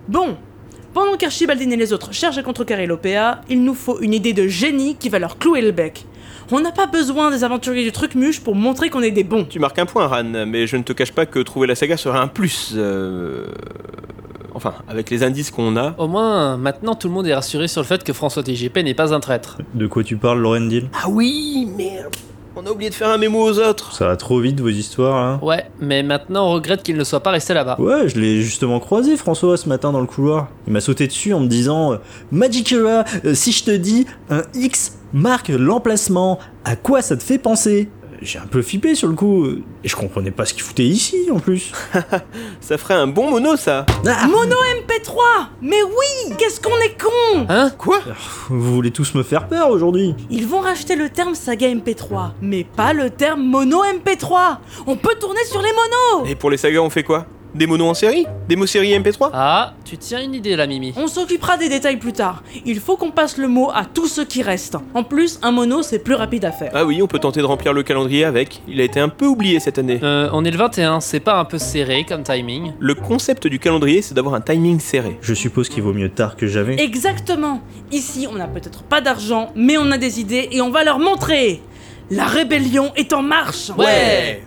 Bon, pendant qu'Archibaldine et les autres cherchent à contrecarrer l'OPA, il nous faut une idée de génie qui va leur clouer le bec. On n'a pas besoin des aventuriers du truc-muche pour montrer qu'on est des bons. Tu marques un point, Ran, mais je ne te cache pas que trouver la saga serait un plus. Enfin, avec les indices qu'on a... Au moins, maintenant tout le monde est rassuré sur le fait que François TJP n'est pas un traître. De quoi tu parles, Laurendil ? Ah oui, mais... On a oublié de faire un mémo aux autres. Ça va trop vite, vos histoires, là. Ouais, mais maintenant on regrette qu'il ne soit pas resté là-bas. Ouais, je l'ai justement croisé, François, ce matin dans le couloir. Il m'a sauté dessus en me disant Magicura, si je te dis un X marque l'emplacement, à quoi ça te fait penser ? J'ai un peu flippé sur le coup, et je comprenais pas ce qu'il foutait ici, en plus. Ça ferait un bon mono, ça. Ah, Mono MP3 Mais oui, qu'est-ce qu'on est con. Hein ? Quoi ? vous voulez tous me faire peur aujourd'hui ? Ils vont racheter le terme saga MP3, mais pas le terme mono MP3. On peut tourner sur les monos. Et pour les sagas, on fait quoi ? Des monos en série ? Des mots-séries MP3 ? Ah, tu tiens une idée là, Mimi. On s'occupera des détails plus tard. Il faut qu'on passe le mot à tous ceux qui restent. En plus, un mono, c'est plus rapide à faire. Ah oui, on peut tenter de remplir le calendrier avec. Il a été un peu oublié cette année. On est le 21, c'est pas un peu serré comme timing ? Le concept du calendrier, c'est d'avoir un timing serré. Je suppose qu'il vaut mieux tard que jamais. Exactement. Ici, on n'a peut-être pas d'argent, mais on a des idées et on va leur montrer. La rébellion est en marche. Ouais.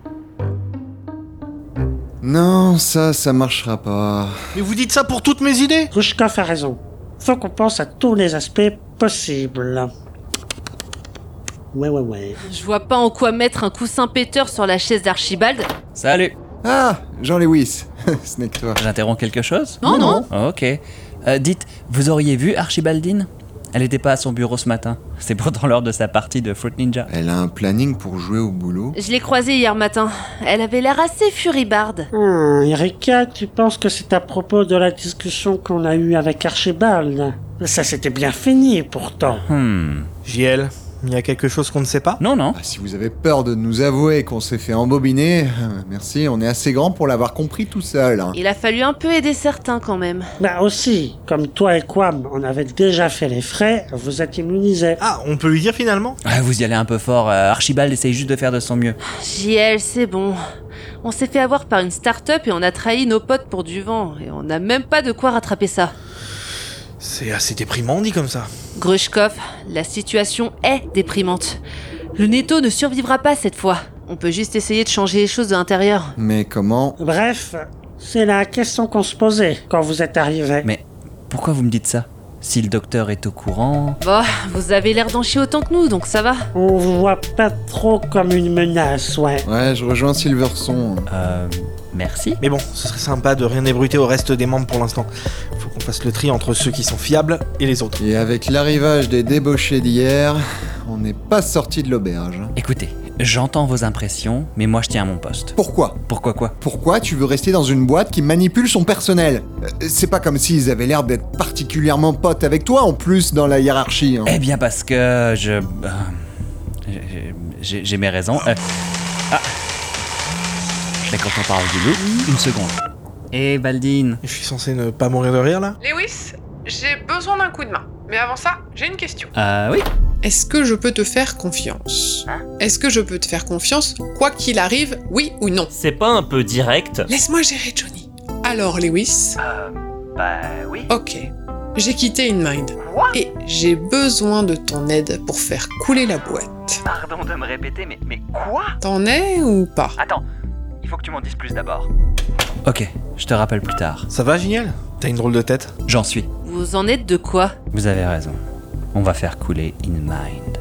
Non, ça marchera pas. Mais vous dites ça pour toutes mes idées ? Grushkov a raison. Faut qu'on pense à tous les aspects possibles. Ouais. Je vois pas en quoi mettre un coussin péteur sur la chaise d'Archibald. Salut. Ah, Jean-Lewis. Ce n'est que toi. J'interromps quelque chose ? Non. Ok. Dites, vous auriez vu Archibaldine ? Elle était pas à son bureau ce matin. C'est pourtant l'heure de sa partie de Fruit Ninja. Elle a un planning pour jouer au boulot. Je l'ai croisée hier matin. Elle avait l'air assez furibarde. Erika, tu penses que c'est à propos de la discussion qu'on a eue avec Archibald ? Ça s'était bien fini, pourtant. JL, il y a quelque chose qu'on ne sait pas ? Non. Ah, si vous avez peur de nous avouer qu'on s'est fait embobiner, merci, on est assez grand pour l'avoir compris tout seul. Hein. Il a fallu un peu aider certains quand même. Bah aussi, comme toi et Quam, on avait déjà fait les frais, vous êtes immunisés. Ah, on peut lui dire finalement ? Ah, vous y allez un peu fort. Archibald essaye juste de faire de son mieux. JL, c'est bon. On s'est fait avoir par une start-up et on a trahi nos potes pour du vent. Et on n'a même pas de quoi rattraper ça. C'est assez déprimant dit comme ça. Grushkov, la situation est déprimante. Le Netto ne survivra pas cette fois. On peut juste essayer de changer les choses de l'intérieur. Mais comment ? Bref, c'est la question qu'on se posait quand vous êtes arrivés. Mais pourquoi vous me dites ça ? Si le docteur est au courant... Bon, vous avez l'air d'en chier autant que nous, donc ça va. On vous voit pas trop comme une menace, ouais. Ouais, je rejoins Silverson. Merci. Mais bon, ce serait sympa de rien ébruiter au reste des membres pour l'instant. Faut qu'on fasse le tri entre ceux qui sont fiables et les autres. Et avec l'arrivage des débauchés d'hier, on n'est pas sorti de l'auberge. Écoutez, j'entends vos impressions, mais moi je tiens à mon poste. Pourquoi ? Pourquoi quoi ? Pourquoi tu veux rester dans une boîte qui manipule son personnel ? C'est pas comme s'ils avaient l'air d'être particulièrement potes avec toi en plus dans la hiérarchie. Hein. Eh bien parce que j'ai mes raisons. Je quand on parle du loup, une seconde. Eh Baldine. Je suis censé ne pas mourir de rire là ? Lewis, j'ai besoin d'un coup de main. Mais avant ça, j'ai une question. Oui. Est-ce que je peux te faire confiance ? Est-ce que je peux te faire confiance, quoi qu'il arrive, oui ou non ? C'est pas un peu direct ? Laisse-moi gérer, Johnny. Alors, Lewis ? Oui. Ok. J'ai quitté InMind. Et j'ai besoin de ton aide pour faire couler la boîte. Pardon de me répéter, mais quoi ? T'en es ou pas ? Attends, il faut que tu m'en dises plus d'abord. Ok, je te rappelle plus tard. Ça va, Génial ? T'as une drôle de tête ? J'en suis. Vous en êtes de quoi ? Vous avez raison. On va faire couler InMind.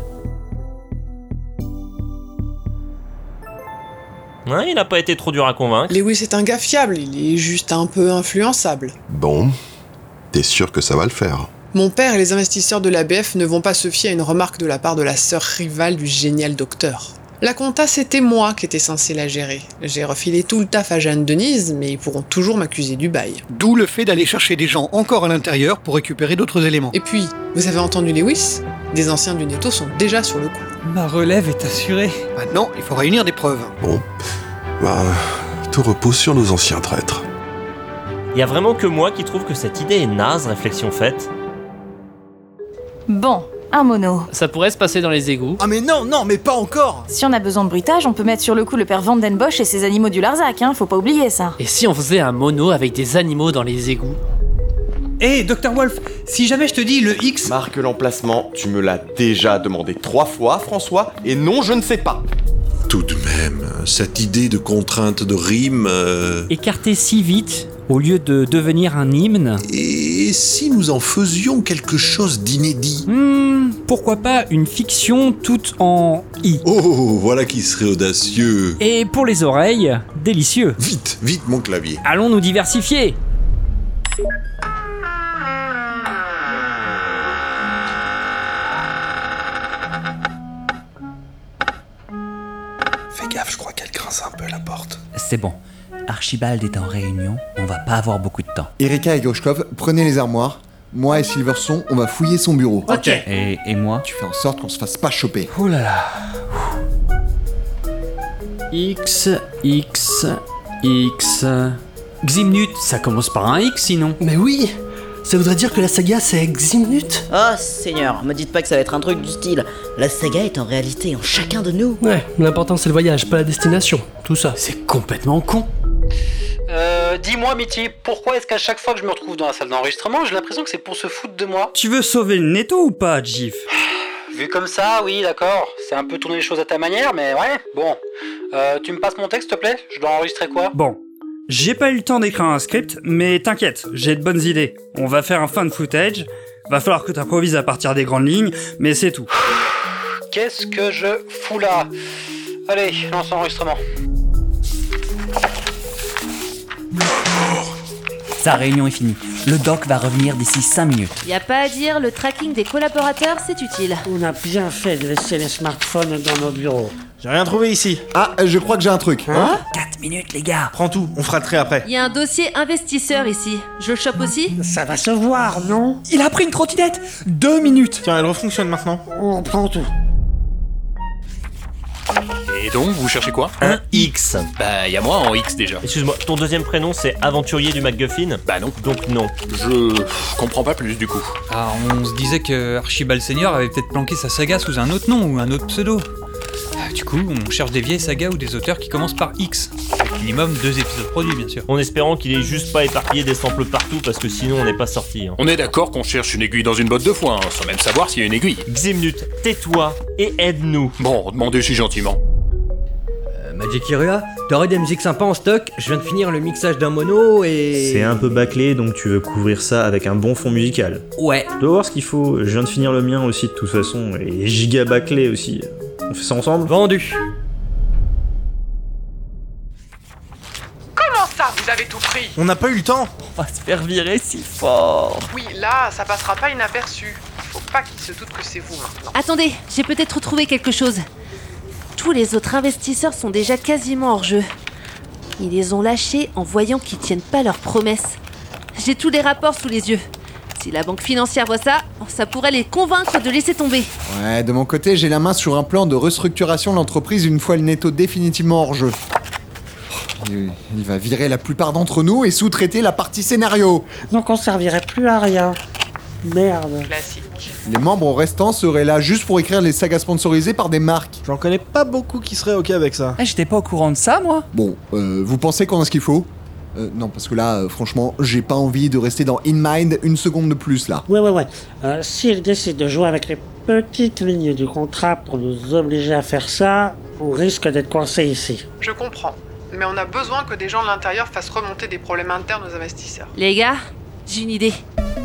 Ouais, il a pas été trop dur à convaincre. Lewis est un gars fiable, il est juste un peu influençable. Bon, t'es sûr que ça va le faire ? Mon père et les investisseurs de l'ABF ne vont pas se fier à une remarque de la part de la sœur rivale du génial docteur. La compta, c'était moi qui étais censé la gérer. J'ai refilé tout le taf à Jeanne Denise, mais ils pourront toujours m'accuser du bail. D'où le fait d'aller chercher des gens encore à l'intérieur pour récupérer d'autres éléments. Et puis, vous avez entendu Lewis ? Des anciens du Netto sont déjà sur le coup. Ma relève est assurée. Maintenant, il faut réunir des preuves. Bon, tout repose sur nos anciens traîtres. Y a vraiment que moi qui trouve que cette idée est naze, réflexion faite. Bon, un mono. Ça pourrait se passer dans les égouts. Ah mais non, mais pas encore. Si on a besoin de bruitage, on peut mettre sur le coup le père Vandenbosch et ses animaux du Larzac, faut pas oublier ça. Et si on faisait un mono avec des animaux dans les égouts ? Hé, Dr. Wolf, si jamais je te dis le X... Marque l'emplacement, tu me l'as déjà demandé 3 fois, François, et non, je ne sais pas. Tout de même, cette idée de contrainte de rime... Écarter si vite, au lieu de devenir un hymne... Et si nous en faisions quelque chose d'inédit? Pourquoi pas une fiction toute en I. Oh, voilà qui serait audacieux. Et pour les oreilles, délicieux. Vite, vite mon clavier. Allons nous diversifier. Fais gaffe, je crois qu'elle grince un peu la porte. C'est bon. Archibald est en réunion, on va pas avoir beaucoup de temps. Erika et Grushkov, prenez les armoires. Moi et Silverson, on va fouiller son bureau. Ok. Et moi? Tu fais en sorte qu'on se fasse pas choper. Ouh là là. X. Ximnut, ça commence par un X sinon. Mais oui, ça voudrait dire que la saga c'est Ximnut. Oh Seigneur, me dites pas que ça va être un truc du style. La saga est en réalité en chacun de nous. Ouais, l'important c'est le voyage, pas la destination. Tout ça. C'est complètement con. Dis-moi, Mitty, pourquoi est-ce qu'à chaque fois que je me retrouve dans la salle d'enregistrement, j'ai l'impression que c'est pour se foutre de moi? Tu veux sauver le netto ou pas, Jif? Vu comme ça, oui, d'accord. C'est un peu tourner les choses à ta manière, mais ouais, bon. Tu me passes mon texte, s'il te plaît? Je dois enregistrer quoi? Bon. J'ai pas eu le temps d'écrire un script, mais t'inquiète, j'ai de bonnes idées. On va faire un fan footage. Va falloir que t'improvises à partir des grandes lignes, mais c'est tout. Qu'est-ce que je fous là? Allez, lance l'enregistrement. Sa réunion est finie. Le doc va revenir d'ici 5 minutes. Y a pas à dire, le tracking des collaborateurs, c'est utile. On a bien fait de laisser les smartphones dans nos bureaux. J'ai rien trouvé ici. Ah, je crois que j'ai un truc. Hein? 4 minutes, les gars. Prends tout, on fera le trait après. Y a un dossier investisseur ici. Je le chope aussi? Ça va se voir, non? Il a pris une trottinette. 2 minutes. Tiens, elle refonctionne maintenant. On prend tout. Et donc, vous cherchez quoi? Un X. Bah, y a moi en X déjà. Excuse-moi, ton deuxième prénom c'est aventurier du MacGuffin? Bah non. Donc non. Je comprends pas plus du coup. Ah, on se disait que Archibald Senior avait peut-être planqué sa saga sous un autre nom ou un autre pseudo. Du coup, on cherche des vieilles sagas ou des auteurs qui commencent par X. Avec minimum 2 épisodes produits, bien sûr. En espérant qu'il ait juste pas éparpillé des samples partout parce que sinon on n'est pas sorti. On est d'accord qu'on cherche une aiguille dans une botte de foin, sans même savoir s'il y a une aiguille. Ximnut, tais-toi et aide-nous. Bon, demandez si gentiment. Magic Iria, t'aurais des musiques sympas en stock? Je viens de finir le mixage d'un mono et... C'est un peu bâclé, donc tu veux couvrir ça avec un bon fond musical. Ouais. Tu dois voir ce qu'il faut, je viens de finir le mien aussi de toute façon, et giga bâclé aussi. On fait ça ensemble? Vendu. Comment ça, vous avez tout pris? On n'a pas eu le temps. On va se faire virer si fort. Oui, là, ça passera pas inaperçu. Faut pas qu'ils se doutent que c'est vous maintenant. Attendez, j'ai peut-être trouvé quelque chose. Tous les autres investisseurs sont déjà quasiment hors jeu. Ils les ont lâchés en voyant qu'ils tiennent pas leurs promesses. J'ai tous les rapports sous les yeux. Si la banque financière voit ça, ça pourrait les convaincre de laisser tomber. Ouais, de mon côté, j'ai la main sur un plan de restructuration de l'entreprise une fois le netto définitivement hors jeu. Il va virer la plupart d'entre nous et sous-traiter la partie scénario. Donc on servirait plus à rien. Merde. Classique. Les membres restants seraient là juste pour écrire les sagas sponsorisées par des marques. J'en connais pas beaucoup qui seraient ok avec ça. J'étais pas au courant de ça, moi. Bon, vous pensez qu'on a ce qu'il faut? Non, parce que là, franchement, j'ai pas envie de rester dans InMind une seconde de plus, là. Ouais. S'ils décident de jouer avec les petites lignes du contrat pour nous obliger à faire ça, on risque d'être coincés ici. Je comprends. Mais on a besoin que des gens de l'intérieur fassent remonter des problèmes internes aux investisseurs. Les gars, j'ai une idée.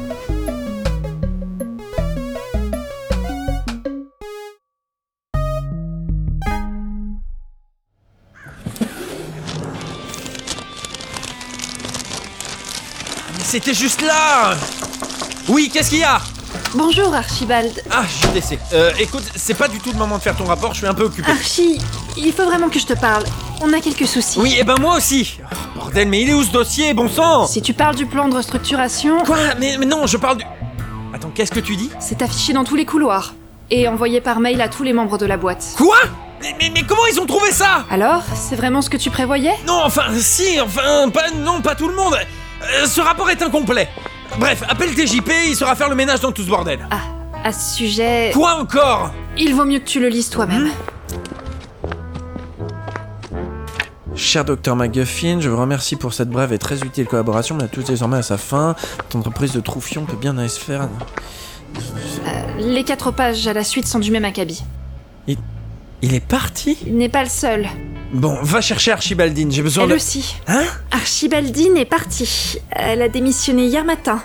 C'était juste là. Oui, qu'est-ce qu'il y a? Bonjour Archibald. Ah, je t'essaie. Écoute, c'est pas du tout le moment de faire ton rapport, je suis un peu occupé. Archie, il faut vraiment que je te parle. On a quelques soucis. Oui, et ben moi aussi. Oh, bordel, mais il est où ce dossier, bon sang? Si tu parles du plan de restructuration... Quoi? Mais non, je parle du... Attends, qu'est-ce que tu dis? C'est affiché dans tous les couloirs. Et envoyé par mail à tous les membres de la boîte. Quoi? Mais comment ils ont trouvé ça? Alors, c'est vraiment ce que tu prévoyais? Non, enfin, si, enfin, pas tout le monde. Ce rapport est incomplet. Bref, appelle TJP, il saura faire le ménage dans tout ce bordel. Ah, à ce sujet... Quoi encore? Il vaut mieux que tu le lises toi-même. Cher Dr McGuffin, je vous remercie pour cette brève et très utile collaboration, mais tout est désormais à sa fin. Votre entreprise de Troufion peut bien aller se faire... Les 4 pages à la suite sont du même acabit. Il est parti ? Il n'est pas le seul. Bon, va chercher Archibaldine, j'ai besoin Elle de... aussi. Hein ? Archibaldine est partie. Elle a démissionné hier matin.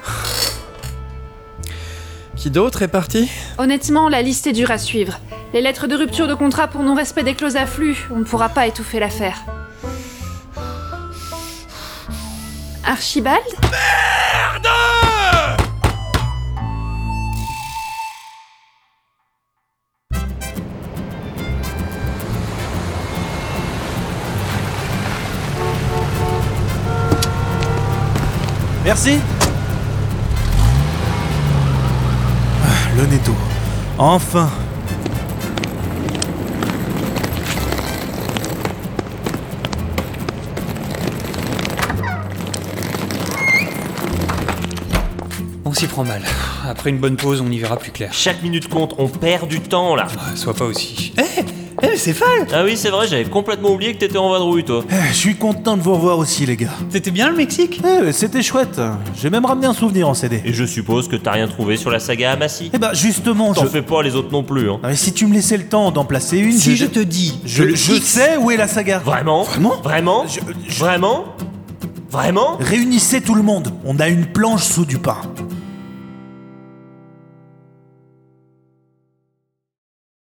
Qui d'autre est parti ? Honnêtement, la liste est dure à suivre. Les lettres de rupture de contrat pour non-respect des clauses à flux, on ne pourra pas étouffer l'affaire. Archibald ? Merde ! Merci. Le netto. Enfin. On s'y prend mal. Après une bonne pause, on y verra plus clair. Chaque minute compte, on perd du temps là. Sois pas aussi. C'est Fall. Ah oui, c'est vrai, j'avais complètement oublié que t'étais en vadrouille, toi. Je suis content de vous revoir aussi, les gars. C'était bien le Mexique ? C'était chouette. J'ai même ramené un souvenir en CD. Et je suppose que t'as rien trouvé sur la saga Amassi. Eh bah justement, T'en fais pas, les autres non plus, hein. Non, mais si tu me laissais le temps d'en placer une... Si je te dis... Je sais où est la saga. Vraiment ? Vraiment ? Vraiment ? Réunissez tout le monde. On a une planche sous du pain.